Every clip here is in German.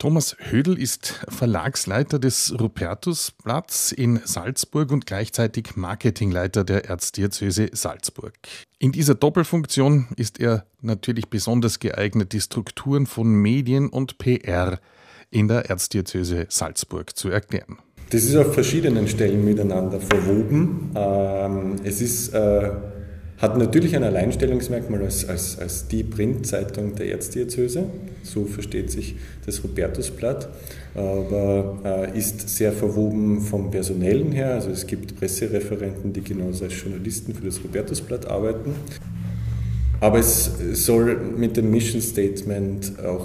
Thomas Hödl ist Verlagsleiter des Rupertusplatz in Salzburg und gleichzeitig Marketingleiter der Erzdiözese Salzburg. In dieser Doppelfunktion ist er natürlich besonders geeignet, die Strukturen von Medien und PR in der Erzdiözese Salzburg zu erklären. Das ist auf verschiedenen Stellen miteinander verwoben. Hat natürlich ein Alleinstellungsmerkmal als die Printzeitung der Erzdiözese, so versteht sich das Rupertusblatt, aber ist sehr verwoben vom Personellen her, also es gibt Pressereferenten, die genauso als Journalisten für das Rupertusblatt arbeiten. Aber es soll mit dem Mission Statement auch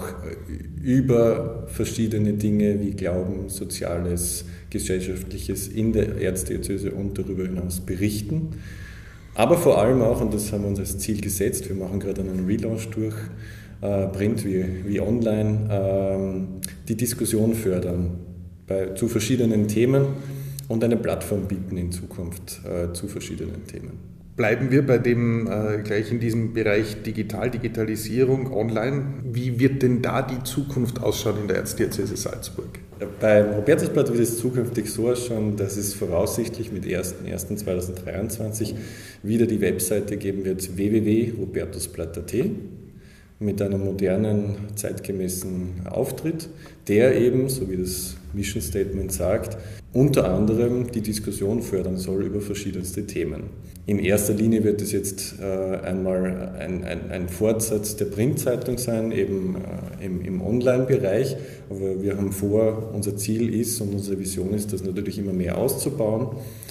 über verschiedene Dinge wie Glauben, Soziales, Gesellschaftliches in der Erzdiözese und darüber hinaus berichten. Aber vor allem auch, und das haben wir uns als Ziel gesetzt, wir machen gerade einen Relaunch durch, Print wie online, die Diskussion fördern zu verschiedenen Themen und eine Plattform bieten in Zukunft zu verschiedenen Themen. Bleiben wir bei dem gleich in diesem Bereich Digitalisierung, online. Wie wird denn da die Zukunft ausschauen in der Erzdiözese Salzburg? Beim Rupertusblatt wird es zukünftig so ausschauen, dass es voraussichtlich mit 1.1.2023 wieder die Webseite geben wird www.rupertusblatt.at mit einem modernen, zeitgemäßen Auftritt, der eben, so wie das Mission Statement sagt, unter anderem die Diskussion fördern soll über verschiedenste Themen. In erster Linie wird es jetzt einmal ein Fortsatz der Printzeitung sein, eben im Online-Bereich. Aber wir haben vor, unser Ziel ist und unsere Vision ist, das natürlich immer mehr auszubauen,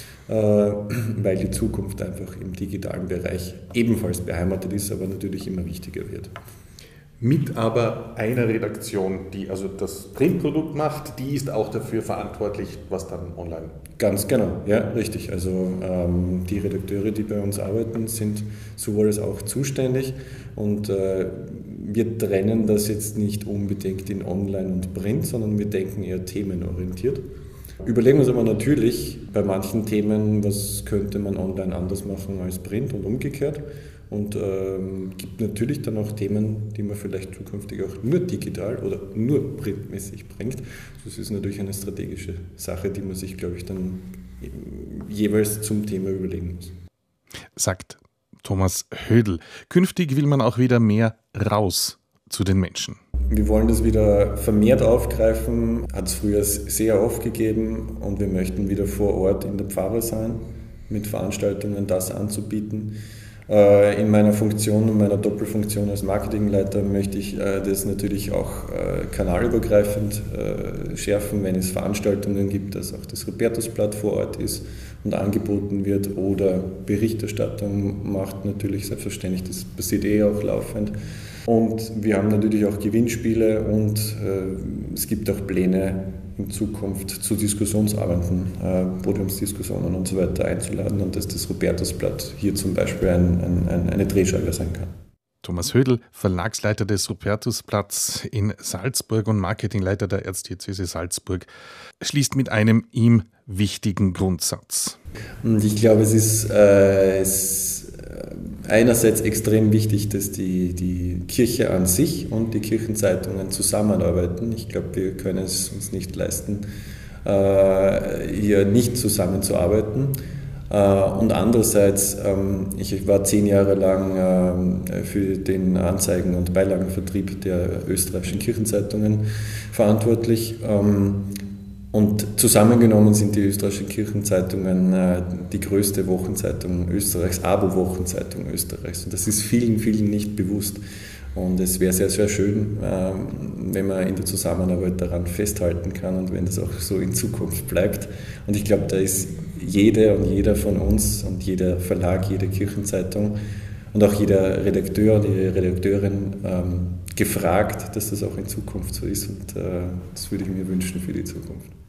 weil die Zukunft einfach im digitalen Bereich ebenfalls beheimatet ist, aber natürlich immer wichtiger wird. Mit aber einer Redaktion, die also das Printprodukt macht, die ist auch dafür verantwortlich, was dann online. Ganz genau, ja, richtig. Also die Redakteure, die bei uns arbeiten, sind sowohl als auch zuständig und wir trennen das jetzt nicht unbedingt in Online und Print, sondern wir denken eher themenorientiert. Überlegen uns aber natürlich bei manchen Themen, was könnte man online anders machen als Print und umgekehrt. Und gibt natürlich dann auch Themen, die man vielleicht zukünftig auch nur digital oder nur printmäßig bringt. Das ist natürlich eine strategische Sache, die man sich, glaube ich, dann jeweils zum Thema überlegen muss. Sagt Thomas Hödl. Künftig will man auch wieder mehr raus zu den Menschen. Wir wollen das wieder vermehrt aufgreifen, hat es früher sehr oft gegeben und wir möchten wieder vor Ort in der Pfarre sein, mit Veranstaltungen das anzubieten. In meiner Funktion und meiner Doppelfunktion als Marketingleiter möchte ich das natürlich auch kanalübergreifend schärfen, wenn es Veranstaltungen gibt, dass auch das Rupertusblatt vor Ort ist und angeboten wird oder Berichterstattung macht natürlich selbstverständlich, das passiert auch laufend. Und wir haben natürlich auch Gewinnspiele und es gibt auch Pläne in Zukunft zu Diskussionsabenden, Podiumsdiskussionen und so weiter einzuladen und dass das Rupertusblatt hier zum Beispiel eine Drehscheibe sein kann. Thomas Hödl, Verlagsleiter des Rupertusplatz in Salzburg und Marketingleiter der Erzdiözese Salzburg, schließt mit einem ihm wichtigen Grundsatz. Und ich glaube, es ist einerseits extrem wichtig, dass die Kirche an sich und die Kirchenzeitungen zusammenarbeiten. Ich glaube, wir können es uns nicht leisten, hier nicht zusammenzuarbeiten. Und andererseits, ich war 10 Jahre lang für den Anzeigen- und Beilagenvertrieb der österreichischen Kirchenzeitungen verantwortlich. Und zusammengenommen sind die österreichischen Kirchenzeitungen die größte Wochenzeitung Österreichs, Abo-Wochenzeitung Österreichs. Und das ist vielen, vielen nicht bewusst. Und es wäre sehr, sehr schön, wenn man in der Zusammenarbeit daran festhalten kann und wenn das auch so in Zukunft bleibt. Und ich glaube, da ist jede und jeder von uns und jeder Verlag, jede Kirchenzeitung und auch jeder Redakteur und jede Redakteurin gefragt, dass das auch in Zukunft so ist. Und das würde ich mir wünschen für die Zukunft.